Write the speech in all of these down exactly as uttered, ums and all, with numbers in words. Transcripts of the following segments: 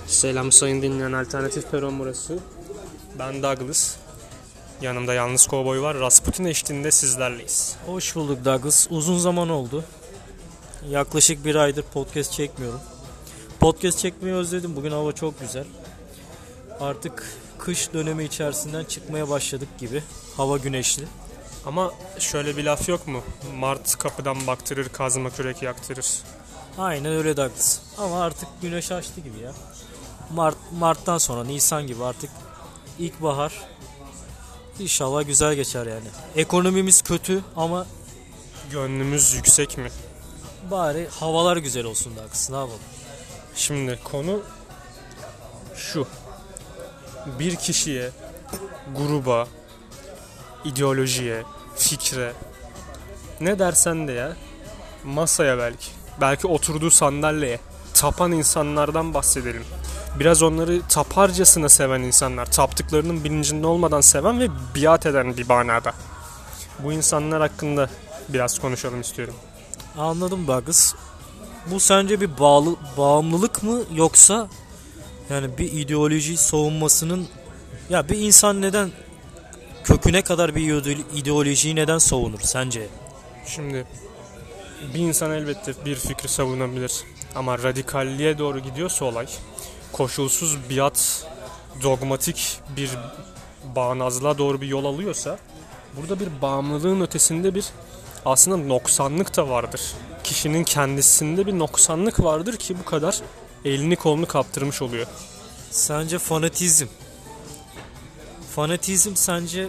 Selam sayın dinleyen, Alternatif Peron burası. Ben Douglas. Yanımda yalnız kovboy var. Rasputin eşliğinde sizlerleyiz. Hoş bulduk Douglas. Uzun zaman oldu. Yaklaşık bir aydır podcast çekmiyorum. Podcast çekmeyi özledim. Bugün hava çok güzel. Artık kış dönemi içerisinden çıkmaya başladık gibi. Hava güneşli. Ama şöyle bir laf yok mu? Mart kapıdan baktırır, kazma kürek yaktırır. Aynen öyle Douglas. Ama artık güneş açtı gibi ya. Mart Mart'tan sonra Nisan gibi artık ilkbahar. İnşallah güzel geçer yani. Ekonomimiz kötü ama Gönlümüz yüksek mi? bari havalar güzel olsun Douglas. Ne yapalım? Şimdi konu şu. Bir kişiye, gruba, ideolojiye, fikre, ne dersen de ya, masaya belki, belki oturduğu sandalyeye tapan insanlardan bahsedelim. Biraz onları taparcasına seven insanlar, taptıklarının bilincinde olmadan seven ve biat eden bir manada. Bu insanlar hakkında biraz konuşalım istiyorum. Anladım Douglas. Bu sence bir bağlı, bağımlılık mı yoksa yani bir ideoloji savunmasının, ya bir insan neden köküne kadar bir ideolojiyi neden savunur sence? Şimdi bir insan elbette bir fikri savunabilir ama radikalliğe doğru gidiyorsa olay, koşulsuz biat, dogmatik bir bağnazlığa doğru bir yol alıyorsa, burada bir bağımlılığın ötesinde bir aslında noksanlık da vardır. Kişinin kendisinde bir noksanlık vardır ki bu kadar elini kolunu kaptırmış oluyor. Sence fanatizm? Fanatizm sence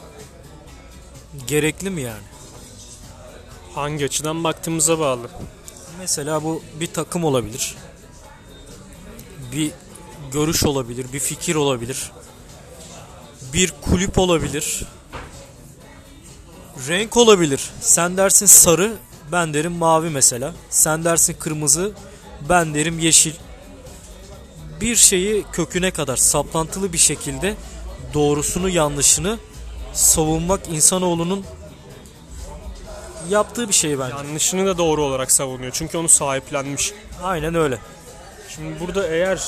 gerekli mi yani? Hangi açıdan baktığımıza bağlı. Mesela bu bir takım olabilir. Bir görüş olabilir, bir fikir olabilir. Bir kulüp olabilir. Renk olabilir. Sen dersin sarı, ben derim mavi mesela. Sen dersin kırmızı, ben derim yeşil. Bir şeyi köküne kadar saplantılı bir şekilde doğrusunu yanlışını savunmak insanoğlunun yaptığı bir şey bence. Yanlışını da doğru olarak savunuyor. Çünkü onu sahiplenmiş. Aynen öyle. Şimdi burada eğer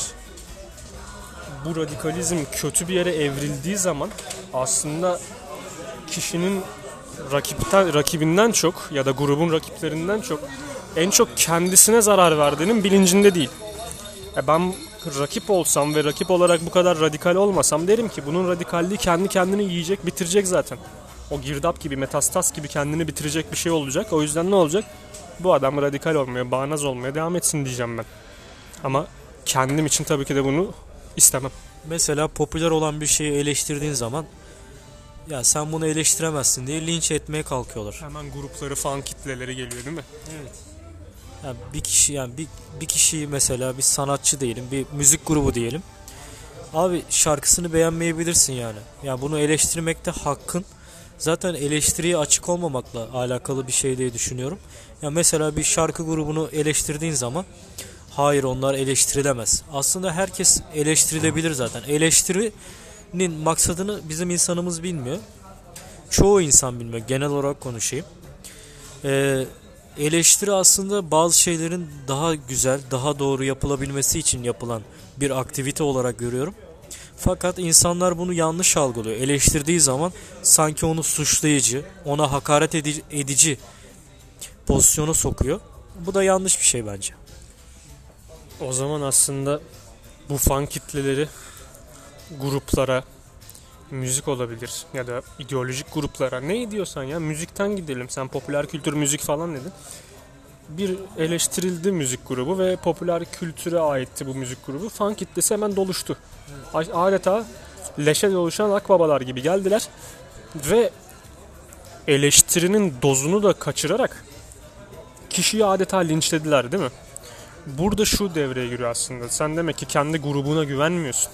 bu radikalizm kötü bir yere evrildiği zaman aslında kişinin rakipten, rakibinden çok ya da grubun rakiplerinden çok en çok kendisine zarar verdiğinin bilincinde değil. E ben rakip olsam ve rakip olarak bu kadar radikal olmasam derim ki bunun radikalliği kendi kendini yiyecek, bitirecek zaten. O girdap gibi, metastas gibi kendini bitirecek bir şey olacak. O yüzden ne olacak? Bu adam radikal olmaya, bağnaz olmaya devam etsin diyeceğim ben. Ama kendim için tabii ki de bunu istemem. Mesela popüler olan bir şeyi eleştirdiğin zaman ya sen bunu eleştiremezsin diye linç etmeye kalkıyorlar. Hemen grupları, fan kitleleri geliyor değil mi? Evet. Yani bir kişi yani bir, bir kişiyi mesela bir sanatçı diyelim, bir müzik grubu diyelim. Abi şarkısını beğenmeyebilirsin yani. Yani bunu eleştirmekte hakkın. Zaten eleştiriye açık olmamakla alakalı bir şey diye düşünüyorum. Ya mesela bir şarkı grubunu eleştirdiğin zaman hayır onlar eleştirilemez. Aslında herkes eleştirilebilir zaten. Eleştirinin maksadını bizim insanımız bilmiyor. Çoğu insan bilmiyor. Genel olarak konuşayım. Ee, eleştiri aslında bazı şeylerin daha güzel, daha doğru yapılabilmesi için yapılan bir aktivite olarak görüyorum. Fakat insanlar bunu yanlış algılıyor. Eleştirdiği zaman sanki onu suçlayıcı, ona hakaret edici, edici pozisyona sokuyor. Bu da yanlış bir şey bence. O zaman aslında bu fan kitleleri gruplara, müzik olabilir ya da ideolojik gruplara, ne diyorsan ya, müzikten gidelim. Sen popüler kültür müzik falan dedin. Bir eleştirildi müzik grubu ve popüler kültüre aitti bu müzik grubu. Fan kitlesi hemen doluştu. Evet. Adeta leşe doluşan akbabalar gibi geldiler ve eleştirinin dozunu da kaçırarak kişiyi adeta linçlediler değil mi? Burada şu devreye giriyor aslında. Sen demek ki kendi grubuna güvenmiyorsun.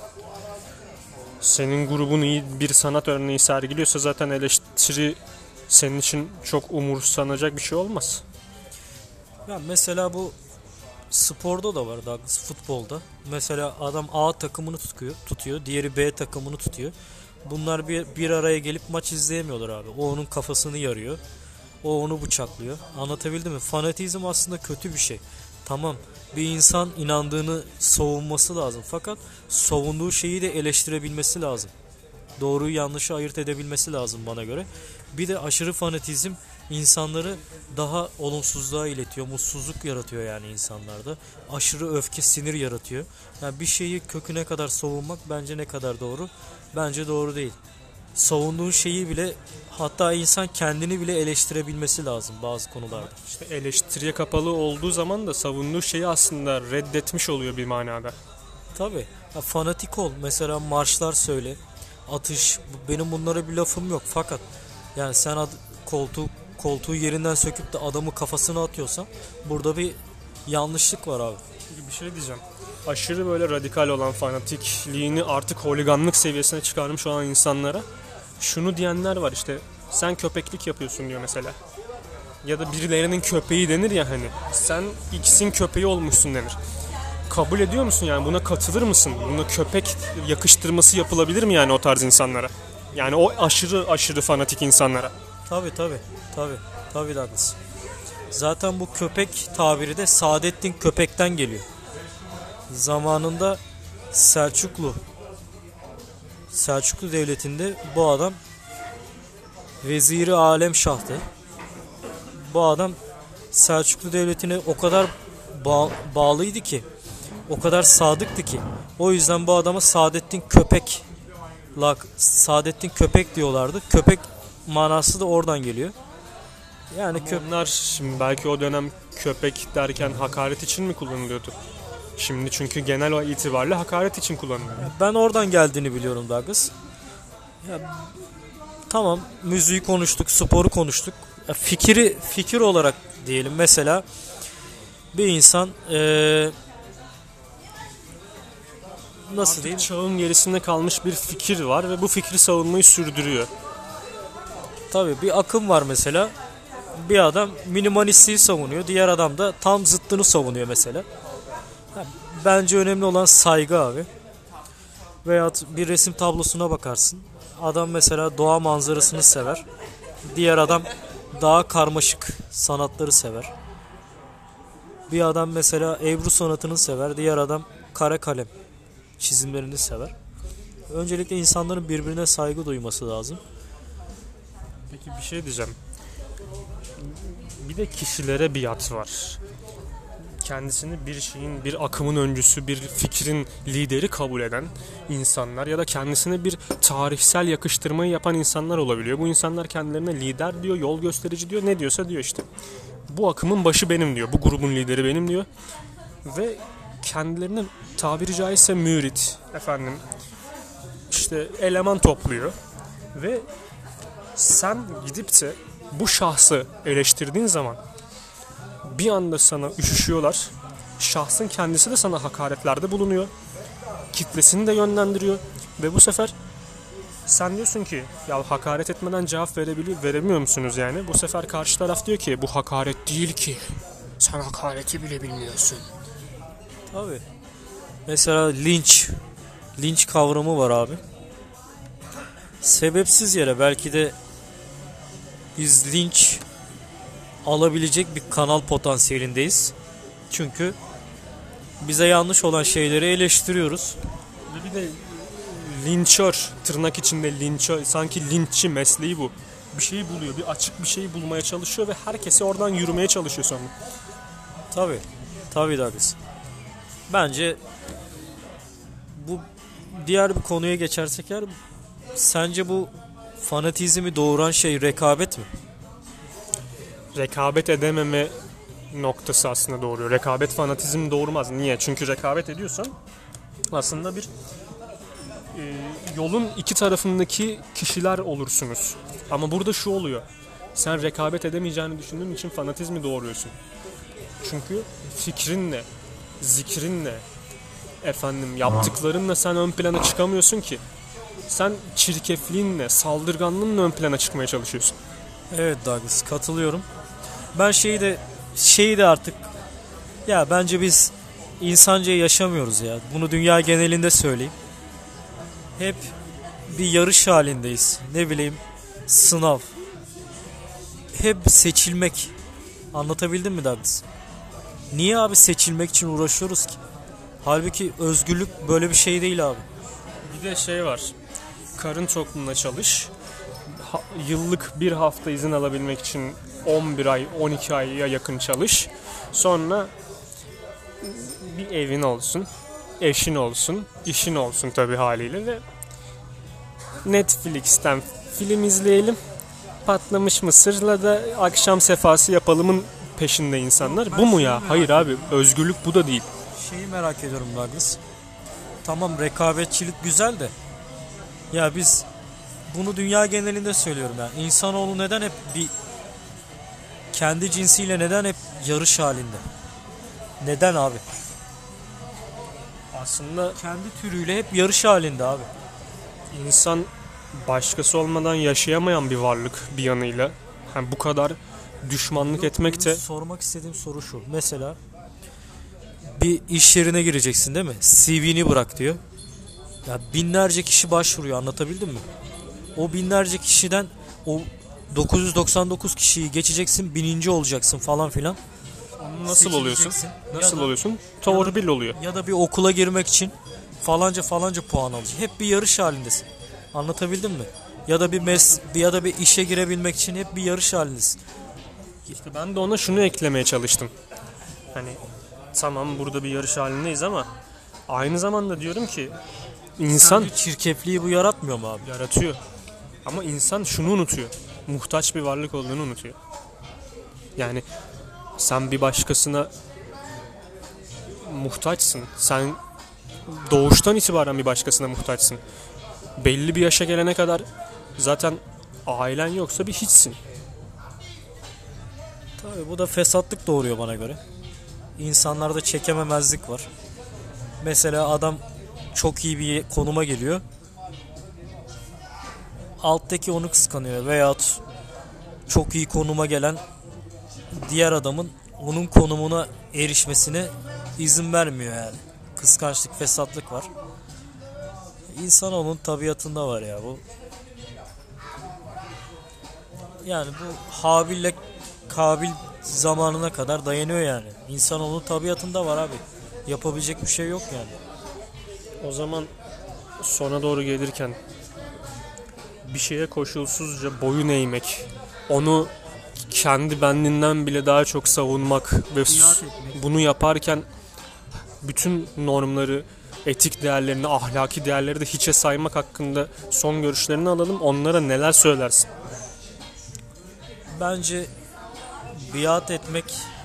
Senin grubun iyi bir sanat örneği sergiliyorsa zaten eleştiri senin için çok umursanacak bir şey olmaz. Ya mesela bu sporda da var Douglas, futbolda. Mesela adam A takımını tutuyor, tutuyor, diğeri B takımını tutuyor. Bunlar bir, bir araya gelip maç izleyemiyorlar abi. O onun kafasını yarıyor. O onu bıçaklıyor. Anlatabildim mi? Fanatizm aslında kötü bir şey. Tamam, bir insan inandığını savunması lazım. Fakat savunduğu şeyi de eleştirebilmesi lazım. Doğruyu yanlışı ayırt edebilmesi lazım bana göre. Bir de aşırı fanatizm insanları daha olumsuzluğa iletiyor. Mutsuzluk yaratıyor yani insanlarda. Aşırı öfke, sinir yaratıyor. Yani bir şeyi köküne kadar savunmak bence ne kadar doğru? Bence doğru değil. Savunduğun şeyi bile, hatta insan kendini bile eleştirebilmesi lazım bazı konularda. İşte eleştiriye kapalı olduğu zaman da savunduğu şeyi aslında reddetmiş oluyor bir manada. Tabii. Ya fanatik ol. Mesela marşlar söyle. Atış. Benim bunlara bir lafım yok. Fakat yani sen ad, koltuğu, koltuğu yerinden söküp de adamı kafasına atıyorsan burada bir yanlışlık var abi. Bir şey diyeceğim. Aşırı böyle radikal olan fanatikliğini artık holiganlık seviyesine çıkarmış olan insanlara şunu diyenler var işte, sen köpeklik yapıyorsun diyor mesela. Ya da birilerinin köpeği denir ya hani, sen X'in köpeği olmuşsun denir. Kabul ediyor musun yani, buna katılır mısın? Buna köpek yakıştırması yapılabilir mi yani o tarz insanlara? Yani o aşırı aşırı fanatik insanlara. Tabii tabii. Tabii. Tabii de haklısın. Zaten bu köpek tabiri de Saadettin Köpek'ten geliyor. Zamanında Selçuklu Selçuklu Devleti'nde bu adam Veziri Alem Şah'tı. Bu adam Selçuklu Devleti'ne o kadar bağ, bağlıydı ki, o kadar sadıktı ki, o yüzden bu adama Saadettin Köpek lak, Saadettin Köpek diyorlardı. Köpek manası da oradan geliyor. Yani köp- onlar şimdi belki o dönem köpek derken hakaret için mi kullanılıyordu? Şimdi çünkü genel o itibariyle hakaret için kullanılıyor. Ben oradan geldiğini biliyorum Douglas. Ya, tamam, müziği konuştuk, sporu konuştuk. Ya, fikri fikir olarak diyelim mesela bir insan ee, nasıl Artık diyeyim? çağın gerisinde kalmış bir fikir var ve bu fikri savunmayı sürdürüyor. Tabii bir akım var mesela. Bir adam minimalistliği savunuyor, diğer adam da tam zıttını savunuyor mesela. Bence önemli olan saygı abi. Veyahut bir resim tablosuna bakarsın. Adam mesela doğa manzarasını sever. Diğer adam daha karmaşık sanatları sever. Bir adam mesela Ebru sanatını sever. Diğer adam kara kalem çizimlerini sever. Öncelikle insanların birbirine saygı duyması lazım. Peki bir şey diyeceğim. Bir de kişilere biat var. Kendisini bir şeyin, bir akımın öncüsü, bir fikrin lideri kabul eden insanlar ya da kendisine bir tarihsel yakıştırmayı yapan insanlar olabiliyor. Bu insanlar kendilerine lider diyor, yol gösterici diyor, ne diyorsa diyor işte. Bu akımın başı benim diyor, bu grubun lideri benim diyor. Ve kendilerine tabiri caizse mürit, efendim, işte eleman topluyor. Ve sen gidip de bu şahsı eleştirdiğin zaman bir anda sana üşüşüyorlar. Şahsın kendisi de sana hakaretlerde bulunuyor. Kitlesini de yönlendiriyor. Ve bu sefer sen diyorsun ki ya hakaret etmeden cevap verebiliyor, veremiyor musunuz yani? Bu sefer karşı taraf diyor ki bu hakaret değil ki. Sen hakareti bile bilmiyorsun. Tabii. Mesela linç. Linç kavramı var abi. Sebepsiz yere belki de biz linç alabilecek bir kanal potansiyelindeyiz. Çünkü bize yanlış olan şeyleri eleştiriyoruz. Ve bir de linçör, tırnak içinde linçör, sanki linççi mesleği bu. Bir şeyi buluyor, bir açık bir şeyi bulmaya çalışıyor ve herkesi oradan yürümeye çalışıyor sonra. Tabii. Tabii Douglas. Bence bu diğer bir konuya geçersek eğer, sence bu fanatizmi doğuran şey rekabet mi? Rekabet edememe noktası aslında doğuruyor. Rekabet fanatizm doğurmaz. Niye? Çünkü rekabet ediyorsan aslında bir e, yolun iki tarafındaki kişiler olursunuz. Ama burada şu oluyor. Sen rekabet edemeyeceğini düşündüğün için fanatizmi doğuruyorsun. Çünkü fikrinle, zikrinle, efendim yaptıklarınla sen ön plana çıkamıyorsun ki. Sen çirkefliğinle, saldırganlığınla ön plana çıkmaya çalışıyorsun. Evet Douglas, katılıyorum. Ben şeyi de şeyi de artık, ya bence biz insanca yaşamıyoruz ya. Bunu dünya genelinde söyleyeyim. Hep bir yarış halindeyiz. Ne bileyim, sınav. Hep seçilmek. Anlatabildim mi Douglas? Niye abi seçilmek için uğraşıyoruz ki? Halbuki özgürlük böyle bir şey değil abi. Bir de şey var. Karın tokluğunda çalış. Ha, yıllık bir hafta izin alabilmek için on bir ay, on iki aya yakın çalış. Sonra bir evin olsun, eşin olsun, işin olsun tabii haliyle ve Netflix'ten film izleyelim. Patlamış mısırla da akşam sefası yapalımın peşinde insanlar. Bu mu ya? Hayır abi, özgürlük bu da değil. Şeyi merak ediyorum Douglas. Tamam, rekabetçilik güzel de ya biz bunu dünya genelinde söylüyorum ya. İnsanoğlu neden hep bir kendi cinsiyle neden hep yarış halinde? Neden abi? Aslında Kendi türüyle hep yarış halinde abi. insan başkası olmadan yaşayamayan bir varlık bir yanıyla. Yani bu kadar düşmanlık etmek de... Sormak istediğim soru şu. Mesela bir iş yerine gireceksin değil mi? C V'ni bırak diyor. Ya binlerce kişi başvuruyor, anlatabildim mi? O binlerce kişiden o dokuz yüz doksan dokuz kişiyi geçeceksin, bininci olacaksın falan filan. Nasıl oluyorsun? Nasıl Ya da- oluyorsun? Torpil oluyor. Ya da bir okula girmek için falanca falanca puan alacaksın. Hep bir yarış halindesin. Anlatabildim mi? Ya da bir mes ya da bir işe girebilmek için hep bir yarış halindesin. İşte ben de ona şunu eklemeye çalıştım. Hani tamam, burada bir yarış halindeyiz ama aynı zamanda diyorum ki insan Sence çirkefliği bu yaratmıyor mu abi? yaratıyor. Ama insan şunu unutuyor. Muhtaç bir varlık olduğunu unutuyor. Yani sen bir başkasına muhtaçsın. Sen doğuştan itibaren bir başkasına muhtaçsın. Belli bir yaşa gelene kadar zaten ailen yoksa bir hiçsin. Tabii bu da fesatlık doğuruyor bana göre. İnsanlarda çekememezlik var. Mesela adam çok iyi bir konuma geliyor. Alttaki onu kıskanıyor veyahut çok iyi konuma gelen diğer adamın onun konumuna erişmesine izin vermiyor yani. Kıskançlık, fesatlık var. İnsanoğlunun tabiatında var ya bu. Yani bu Habil'le Kabil zamanına kadar dayanıyor yani. İnsanoğlunun tabiatında var abi. Yapabilecek bir şey yok yani. O zaman sona doğru gelirken bir şeye koşulsuzca boyun eğmek, onu kendi benliğinden bile daha çok savunmak ve İade etmek. bunu yaparken bütün normları, etik değerlerini, ahlaki değerleri de hiçe saymak hakkında son görüşlerini alalım. Onlara neler söylersin? Bence biat etmek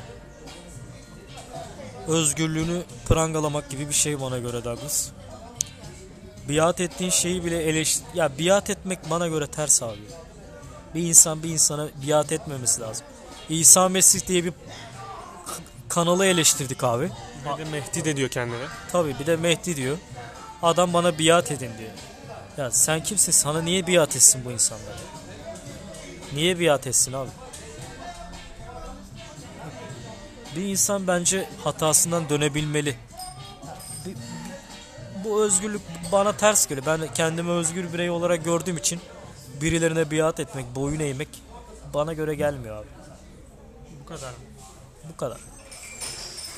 özgürlüğünü prangalamak gibi bir şey bana göre Douglas. Biat ettiğin şeyi bile eleştir... Ya biat etmek bana göre ters abi. Bir insan bir insana biat etmemesi lazım. İsa Mesih diye bir k- kanalı eleştirdik abi. Bir de Mehdi de diyor kendine. Tabii bir de Mehdi diyor. Adam bana biat edin diyor. Ya sen kimsin? Sana niye biat etsin bu insanlar? Niye biat etsin abi? Bir insan bence hatasından dönebilmeli. Bir- Bu özgürlük bana ters geliyor. Ben kendimi özgür birey olarak gördüğüm için birilerine biat etmek, boyun eğmek bana göre gelmiyor abi. Bu kadar. Bu kadar.